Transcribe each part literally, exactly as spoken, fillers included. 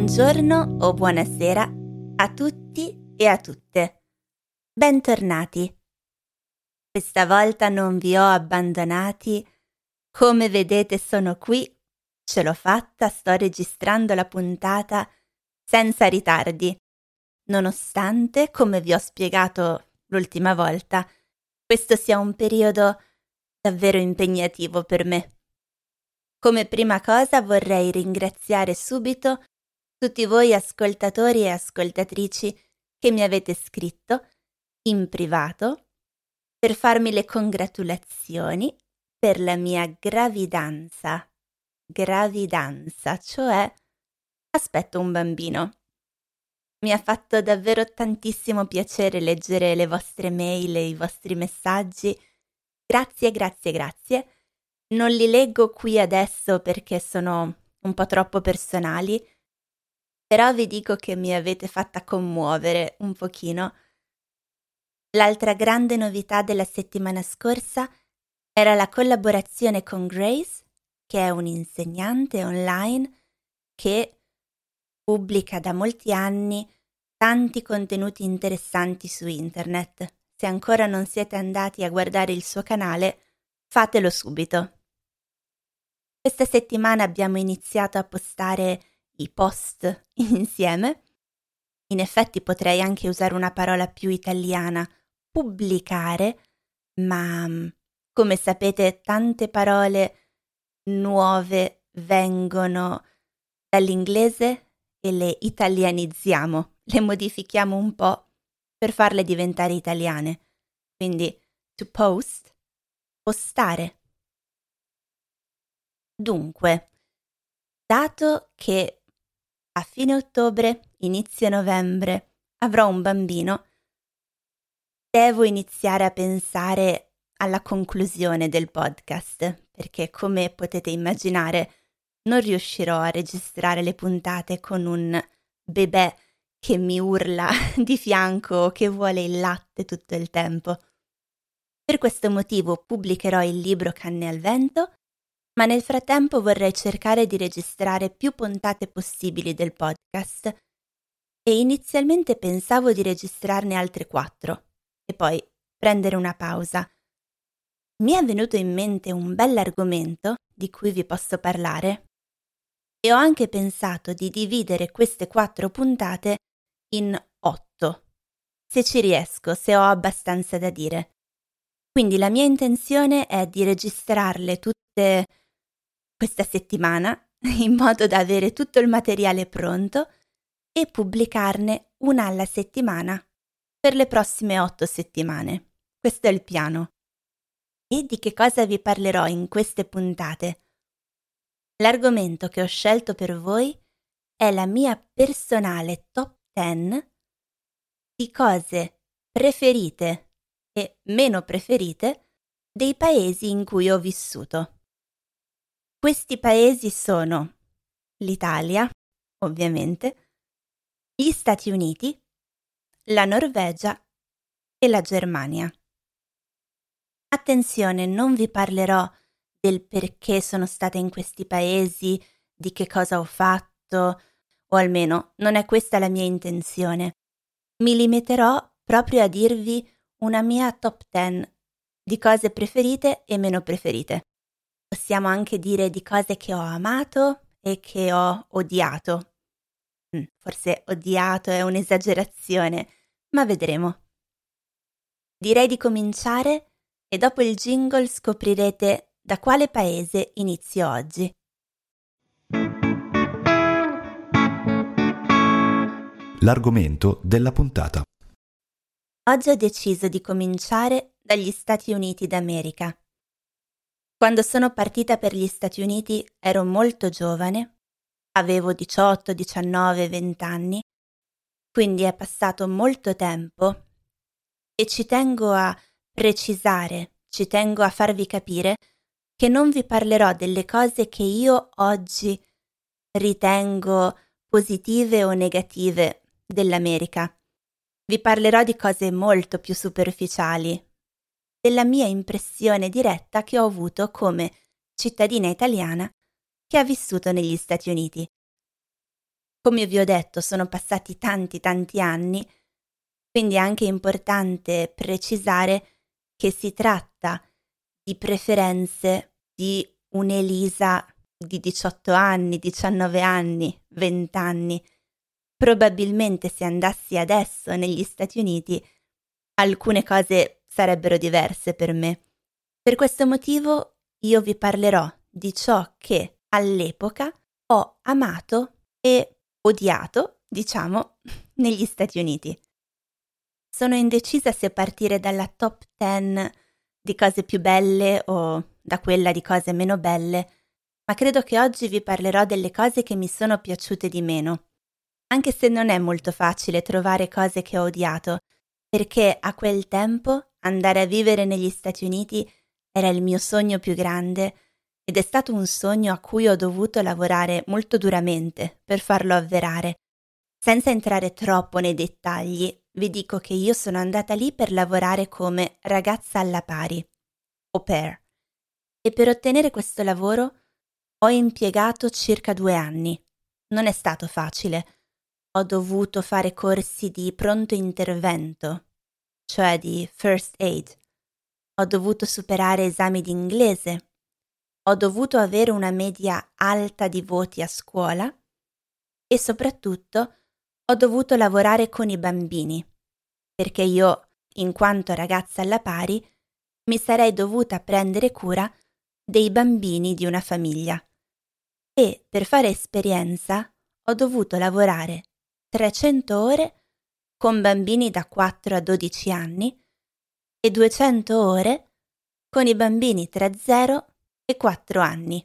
Buongiorno o buonasera a tutti e a tutte. Bentornati. Questa volta non vi ho abbandonati. Come vedete sono qui, ce l'ho fatta, sto registrando la puntata senza ritardi, nonostante, come vi ho spiegato l'ultima volta, questo sia un periodo davvero impegnativo per me. Come prima cosa vorrei ringraziare subito tutti voi ascoltatori e ascoltatrici che mi avete scritto in privato per farmi le congratulazioni per la mia gravidanza. Gravidanza, cioè aspetto un bambino. Mi ha fatto davvero tantissimo piacere leggere le vostre mail e i vostri messaggi. Grazie, grazie, grazie. Non li leggo qui adesso perché sono un po' troppo personali, però vi dico che mi avete fatta commuovere un pochino. L'altra grande novità della settimana scorsa era la collaborazione con Grace, che è un'insegnante online che pubblica da molti anni tanti contenuti interessanti su internet. Se ancora non siete andati a guardare il suo canale, fatelo subito. Questa settimana abbiamo iniziato a postare i post insieme. In effetti potrei anche usare una parola più italiana, pubblicare, ma come sapete tante parole nuove vengono dall'inglese e le italianizziamo, le modifichiamo un po' per farle diventare italiane. Quindi to post, postare. Dunque, dato che a fine ottobre, inizio novembre, avrò un bambino, devo iniziare a pensare alla conclusione del podcast, perché come potete immaginare non riuscirò a registrare le puntate con un bebè che mi urla di fianco o che vuole il latte tutto il tempo. Per questo motivo pubblicherò il libro Canne al vento, ma nel frattempo vorrei cercare di registrare più puntate possibili del podcast e inizialmente pensavo di registrarne altre quattro e poi prendere una pausa. Mi è venuto in mente un bell'argomento di cui vi posso parlare e ho anche pensato di dividere queste quattro puntate in otto, se ci riesco, se ho abbastanza da dire. Quindi la mia intenzione è di registrarle tutte questa settimana in modo da avere tutto il materiale pronto e pubblicarne una alla settimana per le prossime otto settimane. Questo è il piano. E di che cosa vi parlerò in queste puntate? L'argomento che ho scelto per voi è la mia personale top dieci di cose preferite e meno preferite dei paesi in cui ho vissuto. Questi paesi sono l'Italia, ovviamente, gli Stati Uniti, la Norvegia e la Germania. Attenzione, non vi parlerò del perché sono stata in questi paesi, di che cosa ho fatto, o almeno non è questa la mia intenzione. Mi limiterò proprio a dirvi una mia top dieci di cose preferite e meno preferite. Possiamo anche dire di cose che ho amato e che ho odiato. Mm, forse odiato è un'esagerazione, ma vedremo. Direi di cominciare e dopo il jingle scoprirete da quale paese inizio oggi. L'argomento della puntata. Oggi ho deciso di cominciare dagli Stati Uniti d'America. Quando sono partita per gli Stati Uniti ero molto giovane, avevo diciotto, diciannove, venti anni, quindi è passato molto tempo e ci tengo a precisare, ci tengo a farvi capire che non vi parlerò delle cose che io oggi ritengo positive o negative dell'America. Vi parlerò di cose molto più superficiali, della mia impressione diretta che ho avuto come cittadina italiana che ha vissuto negli Stati Uniti. Come vi ho detto, sono passati tanti tanti anni, quindi è anche importante precisare che si tratta di preferenze di un'Elisa di diciotto anni, diciannove anni, venti anni. Probabilmente se andassi adesso negli Stati Uniti, alcune cose sarebbero diverse per me. Per questo motivo io vi parlerò di ciò che all'epoca ho amato e odiato, diciamo, negli Stati Uniti. Sono indecisa se partire dalla top dieci di cose più belle o da quella di cose meno belle, ma credo che oggi vi parlerò delle cose che mi sono piaciute di meno, anche se non è molto facile trovare cose che ho odiato, perché a quel tempo andare a vivere negli Stati Uniti era il mio sogno più grande ed è stato un sogno a cui ho dovuto lavorare molto duramente per farlo avverare. Senza entrare troppo nei dettagli, vi dico che io sono andata lì per lavorare come ragazza alla pari, au pair, e per ottenere questo lavoro ho impiegato circa due anni. Non è stato facile. Ho dovuto fare corsi di pronto intervento, cioè di first aid. Ho dovuto superare esami di inglese. Ho dovuto avere una media alta di voti a scuola e soprattutto ho dovuto lavorare con i bambini, perché io, in quanto ragazza alla pari, mi sarei dovuta prendere cura dei bambini di una famiglia. E per fare esperienza ho dovuto lavorare trecento ore con bambini da quattro a dodici anni e duecento ore con i bambini tra zero e quattro anni.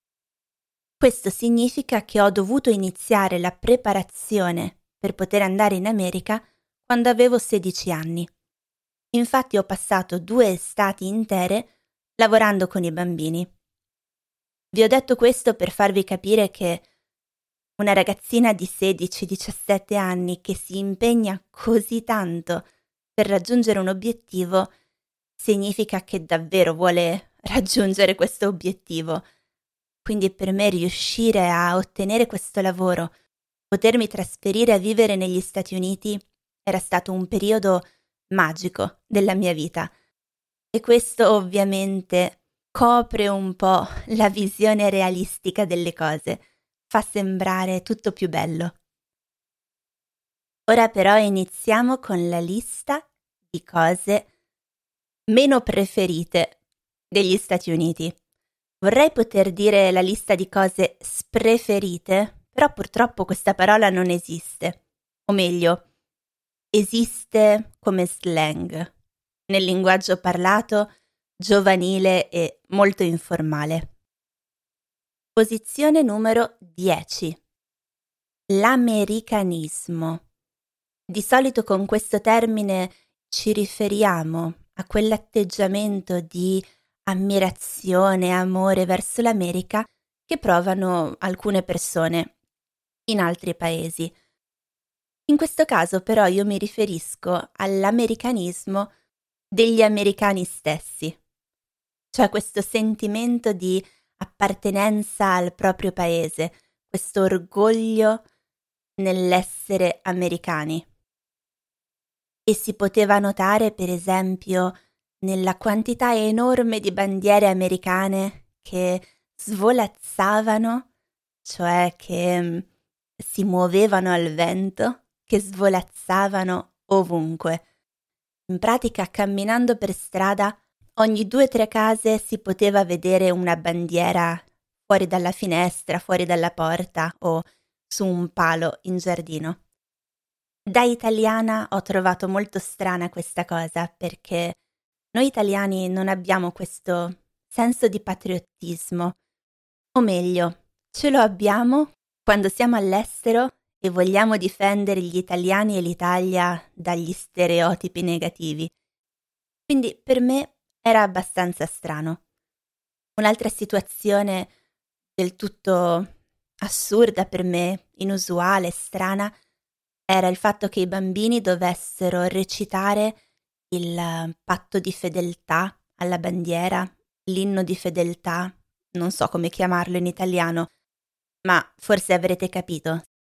Questo significa che ho dovuto iniziare la preparazione per poter andare in America quando avevo sedici anni. Infatti ho passato due estati intere lavorando con i bambini. Vi ho detto questo per farvi capire che una ragazzina di sedici diciassette anni che si impegna così tanto per raggiungere un obiettivo significa che davvero vuole raggiungere questo obiettivo. Quindi per me riuscire a ottenere questo lavoro, potermi trasferire a vivere negli Stati Uniti era stato un periodo magico della mia vita. E questo ovviamente copre un po' la visione realistica delle cose, fa sembrare tutto più bello. Ora però iniziamo con la lista di cose meno preferite degli Stati Uniti. Vorrei poter dire la lista di cose spreferite, però purtroppo questa parola non esiste. O meglio, esiste come slang, nel linguaggio parlato, giovanile e molto informale. Posizione numero dieci. L'americanismo. Di solito con questo termine ci riferiamo a quell'atteggiamento di ammirazione e amore verso l'America che provano alcune persone in altri paesi. In questo caso però io mi riferisco all'americanismo degli americani stessi, cioè questo sentimento di appartenenza al proprio paese, questo orgoglio nell'essere americani. E si poteva notare, per esempio, nella quantità enorme di bandiere americane che svolazzavano, cioè che mh, si muovevano al vento, che svolazzavano ovunque. In pratica, camminando per strada, ogni due o tre case si poteva vedere una bandiera fuori dalla finestra, fuori dalla porta o su un palo in giardino. Da italiana ho trovato molto strana questa cosa perché noi italiani non abbiamo questo senso di patriottismo, o meglio, ce lo abbiamo quando siamo all'estero e vogliamo difendere gli italiani e l'Italia dagli stereotipi negativi. Quindi per me era abbastanza strano. Un'altra situazione del tutto assurda per me, inusuale, strana, era il fatto che i bambini dovessero recitare il patto di fedeltà alla bandiera, l'inno di fedeltà, non so come chiamarlo in italiano, ma forse avrete capito.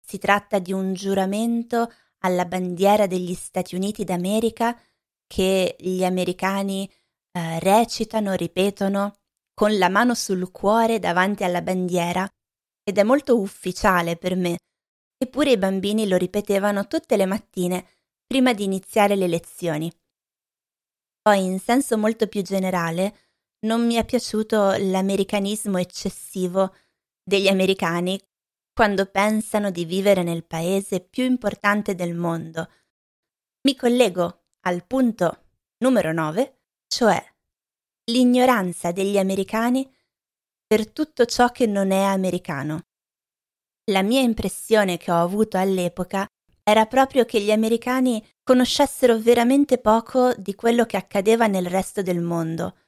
Si tratta di un giuramento alla bandiera degli Stati Uniti d'America che gli americani eh, recitano, ripetono con la mano sul cuore davanti alla bandiera, ed è molto ufficiale per me. Eppure i bambini lo ripetevano tutte le mattine prima di iniziare le lezioni. Poi, in senso molto più generale, non mi è piaciuto l'americanismo eccessivo degli americani quando pensano di vivere nel paese più importante del mondo. Mi collego al punto numero nove, cioè l'ignoranza degli americani per tutto ciò che non è americano. La mia impressione che ho avuto all'epoca era proprio che gli americani conoscessero veramente poco di quello che accadeva nel resto del mondo.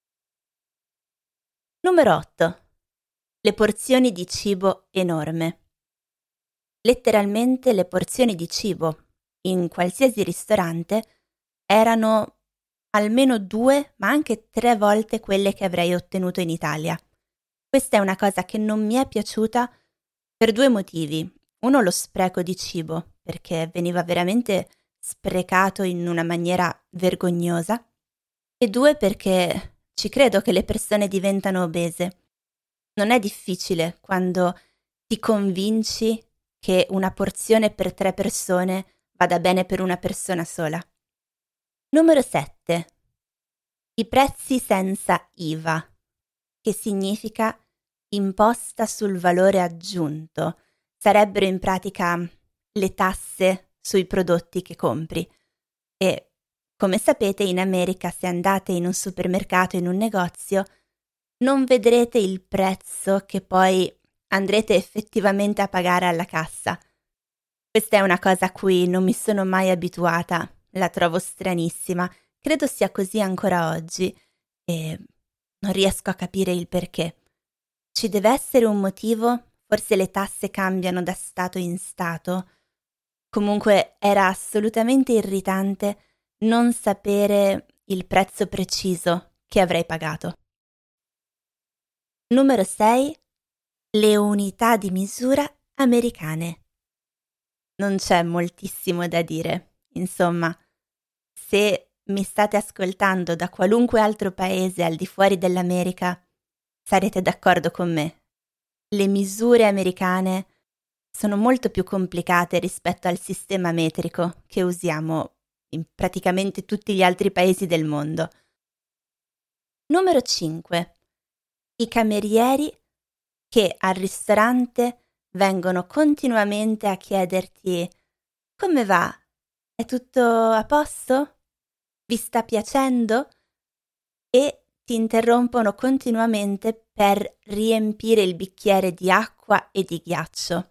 Numero otto. Le porzioni di cibo enorme. Letteralmente le porzioni di cibo in qualsiasi ristorante erano almeno due, ma anche tre volte quelle che avrei ottenuto in Italia. Questa è una cosa che non mi è piaciuta per due motivi. Uno, lo spreco di cibo, perché veniva veramente sprecato in una maniera vergognosa, e due, perché ci credo che le persone diventano obese. Non è difficile quando ti convinci che una porzione per tre persone vada bene per una persona sola. Numero sette. I prezzi senza I V A, che significa imposta sul valore aggiunto. Sarebbero in pratica le tasse sui prodotti che compri. E, come sapete, in America, se andate in un supermercato, in un negozio, non vedrete il prezzo che poi andrete effettivamente a pagare alla cassa. Questa è una cosa a cui non mi sono mai abituata, la trovo stranissima, credo sia così ancora oggi e non riesco a capire il perché. Ci deve essere un motivo? Forse le tasse cambiano da stato in stato? Comunque era assolutamente irritante non sapere il prezzo preciso che avrei pagato. Numero sei. Le unità di misura americane. Non c'è moltissimo da dire. Insomma, se mi state ascoltando da qualunque altro paese al di fuori dell'America, sarete d'accordo con me. Le misure americane sono molto più complicate rispetto al sistema metrico che usiamo in praticamente tutti gli altri paesi del mondo. Numero cinque. I camerieri che al ristorante vengono continuamente a chiederti: come va? È tutto a posto? Vi sta piacendo? E ti interrompono continuamente per riempire il bicchiere di acqua e di ghiaccio.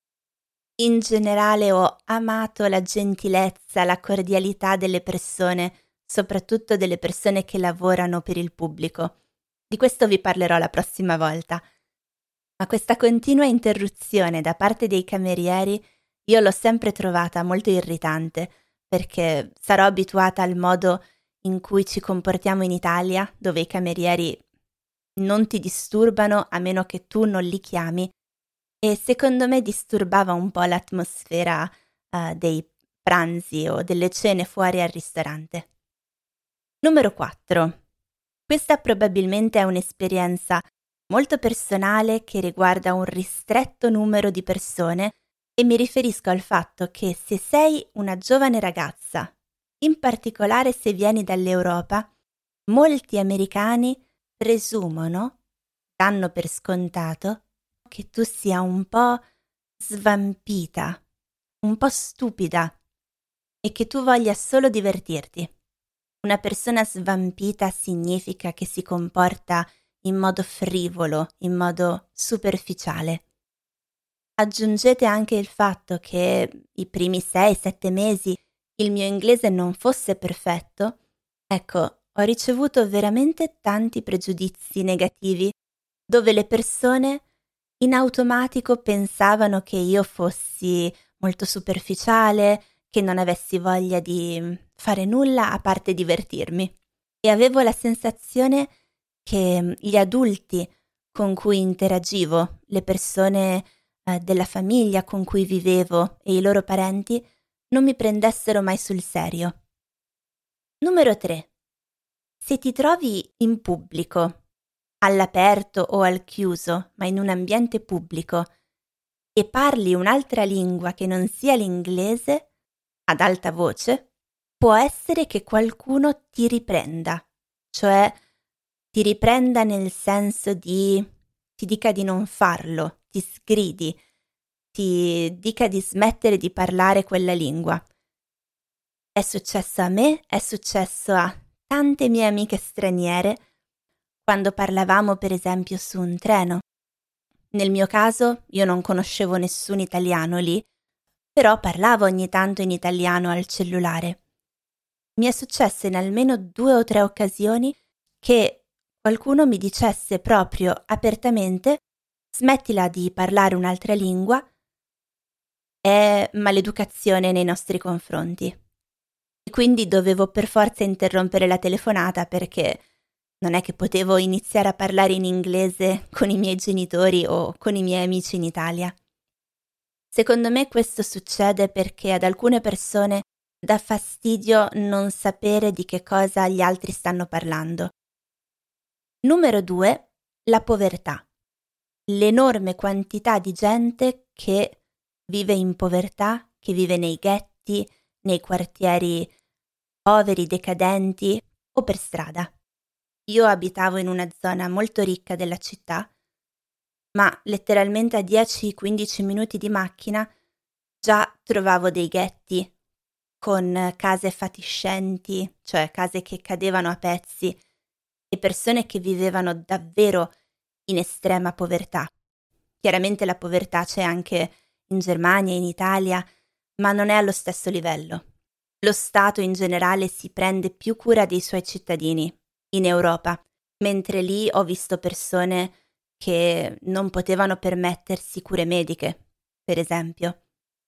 In generale ho amato la gentilezza, la cordialità delle persone, soprattutto delle persone che lavorano per il pubblico. Di questo vi parlerò la prossima volta. Ma questa continua interruzione da parte dei camerieri io l'ho sempre trovata molto irritante, perché sarò abituata al modo in cui ci comportiamo in Italia, dove i camerieri non ti disturbano a meno che tu non li chiami, e secondo me disturbava un po' l'atmosfera uh, dei pranzi o delle cene fuori al ristorante. Numero quattro. Questa probabilmente è un'esperienza molto personale che riguarda un ristretto numero di persone e mi riferisco al fatto che se sei una giovane ragazza, in particolare se vieni dall'Europa, molti americani presumono, danno per scontato, che tu sia un po' svampita, un po' stupida e che tu voglia solo divertirti. Una persona svampita significa che si comporta in modo frivolo, in modo superficiale. Aggiungete anche il fatto che i primi sei sette mesi il mio inglese non fosse perfetto. Ecco, ho ricevuto veramente tanti pregiudizi negativi dove le persone in automatico pensavano che io fossi molto superficiale, che non avessi voglia di fare nulla a parte divertirmi. E avevo la sensazione che gli adulti con cui interagivo, le persone eh, della famiglia con cui vivevo e i loro parenti non mi prendessero mai sul serio. Numero tre. Se ti trovi in pubblico, all'aperto o al chiuso, ma in un ambiente pubblico, e parli un'altra lingua che non sia l'inglese, ad alta voce, può essere che qualcuno ti riprenda, cioè ti riprenda nel senso di ti dica di non farlo, ti sgridi, ti dica di smettere di parlare quella lingua. È successo a me, è successo a tante mie amiche straniere quando parlavamo per esempio su un treno. Nel mio caso io non conoscevo nessun italiano lì, però parlavo ogni tanto in italiano al cellulare. Mi è successo in almeno due o tre occasioni che qualcuno mi dicesse proprio apertamente: smettila di parlare un'altra lingua, è maleducazione nei nostri confronti. E quindi dovevo per forza interrompere la telefonata perché non è che potevo iniziare a parlare in inglese con i miei genitori o con i miei amici in Italia. Secondo me questo succede perché ad alcune persone dà fastidio non sapere di che cosa gli altri stanno parlando. Numero due, la povertà. L'enorme quantità di gente che vive in povertà, che vive nei ghetti, nei quartieri poveri, decadenti o per strada. Io abitavo in una zona molto ricca della città, ma letteralmente a dieci quindici minuti di macchina già trovavo dei ghetti con case fatiscenti, cioè case che cadevano a pezzi, e persone che vivevano davvero in estrema povertà. Chiaramente la povertà c'è anche in Germania, in Italia, ma non è allo stesso livello. Lo Stato in generale si prende più cura dei suoi cittadini in Europa, mentre lì ho visto persone che non potevano permettersi cure mediche, per esempio.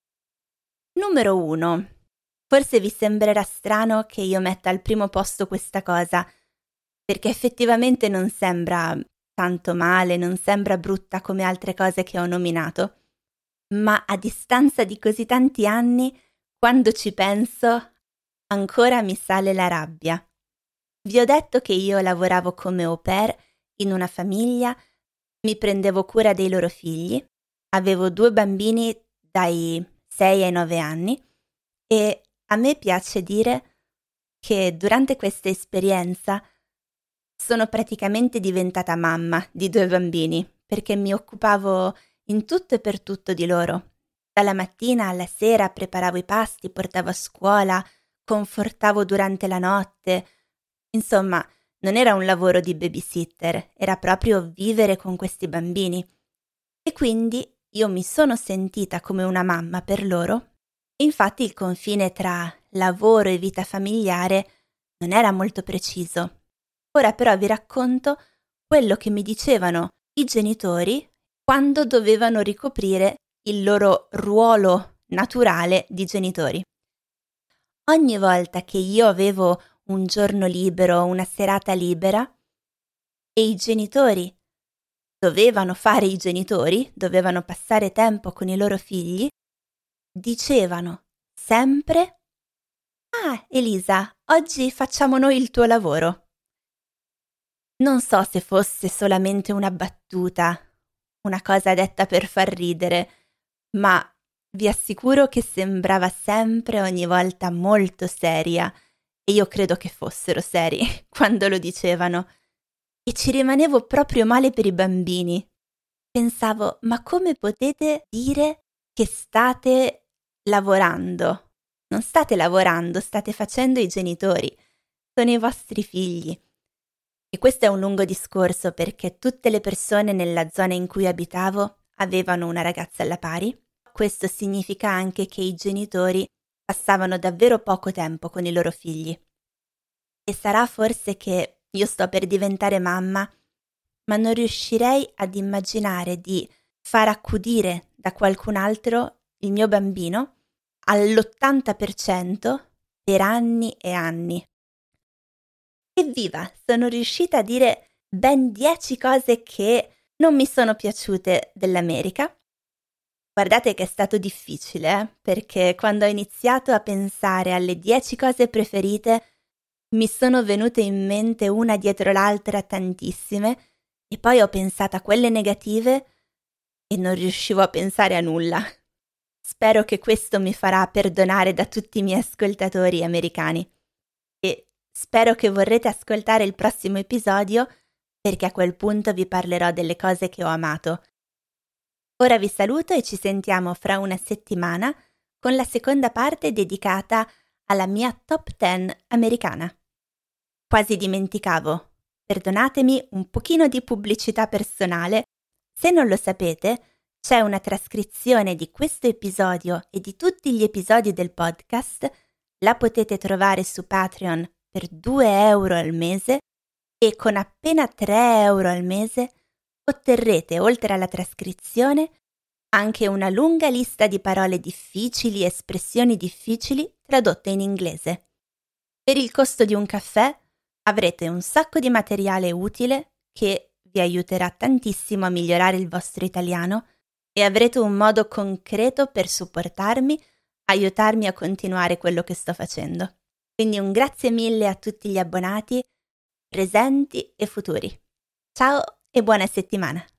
Numero uno. Forse vi sembrerà strano che io metta al primo posto questa cosa, perché effettivamente non sembra tanto male, non sembra brutta come altre cose che ho nominato, ma a distanza di così tanti anni, quando ci penso, ancora mi sale la rabbia. Vi ho detto che io lavoravo come au pair in una famiglia, mi prendevo cura dei loro figli, avevo due bambini dai sei ai nove anni e a me piace dire che durante questa esperienza sono praticamente diventata mamma di due bambini perché mi occupavo in tutto e per tutto di loro. Dalla mattina alla sera preparavo i pasti, portavo a scuola, confortavo durante la notte. Insomma, non era un lavoro di babysitter, era proprio vivere con questi bambini. E quindi io mi sono sentita come una mamma per loro. Infatti il confine tra lavoro e vita familiare non era molto preciso. Ora però vi racconto quello che mi dicevano i genitori quando dovevano ricoprire il loro ruolo naturale di genitori. Ogni volta che io avevo un giorno libero, una serata libera, e i genitori dovevano fare i genitori, dovevano passare tempo con i loro figli, dicevano sempre: «Ah, Elisa, oggi facciamo noi il tuo lavoro». Non so se fosse solamente una battuta, una cosa detta per far ridere, ma vi assicuro che sembrava sempre ogni volta molto seria, e io credo che fossero seri quando lo dicevano, e ci rimanevo proprio male per i bambini. Pensavo: ma come potete dire che state lavorando? Non state lavorando, state facendo i genitori, sono i vostri figli. E questo è un lungo discorso perché tutte le persone nella zona in cui abitavo avevano una ragazza alla pari. Questo significa anche che i genitori passavano davvero poco tempo con i loro figli. E sarà forse che io sto per diventare mamma, ma non riuscirei ad immaginare di far accudire da qualcun altro il mio bambino all'ottanta per cento per anni e anni. Evviva, sono riuscita a dire ben dieci cose che non mi sono piaciute dell'America, Guardate che è stato difficile, eh? Perché quando ho iniziato a pensare alle dieci cose preferite mi sono venute in mente una dietro l'altra tantissime e poi ho pensato a quelle negative e non riuscivo a pensare a nulla. Spero che questo mi farà perdonare da tutti i miei ascoltatori americani e spero che vorrete ascoltare il prossimo episodio perché a quel punto vi parlerò delle cose che ho amato. Ora vi saluto e ci sentiamo fra una settimana con la seconda parte dedicata alla mia top dieci americana. Quasi dimenticavo, perdonatemi un pochino di pubblicità personale. Se non lo sapete, c'è una trascrizione di questo episodio e di tutti gli episodi del podcast, la potete trovare su Patreon per due euro al mese e con appena tre euro al mese otterrete, oltre alla trascrizione, anche una lunga lista di parole difficili e espressioni difficili tradotte in inglese. Per il costo di un caffè avrete un sacco di materiale utile che vi aiuterà tantissimo a migliorare il vostro italiano e avrete un modo concreto per supportarmi, aiutarmi a continuare quello che sto facendo. Quindi un grazie mille a tutti gli abbonati, presenti e futuri. Ciao e buona settimana!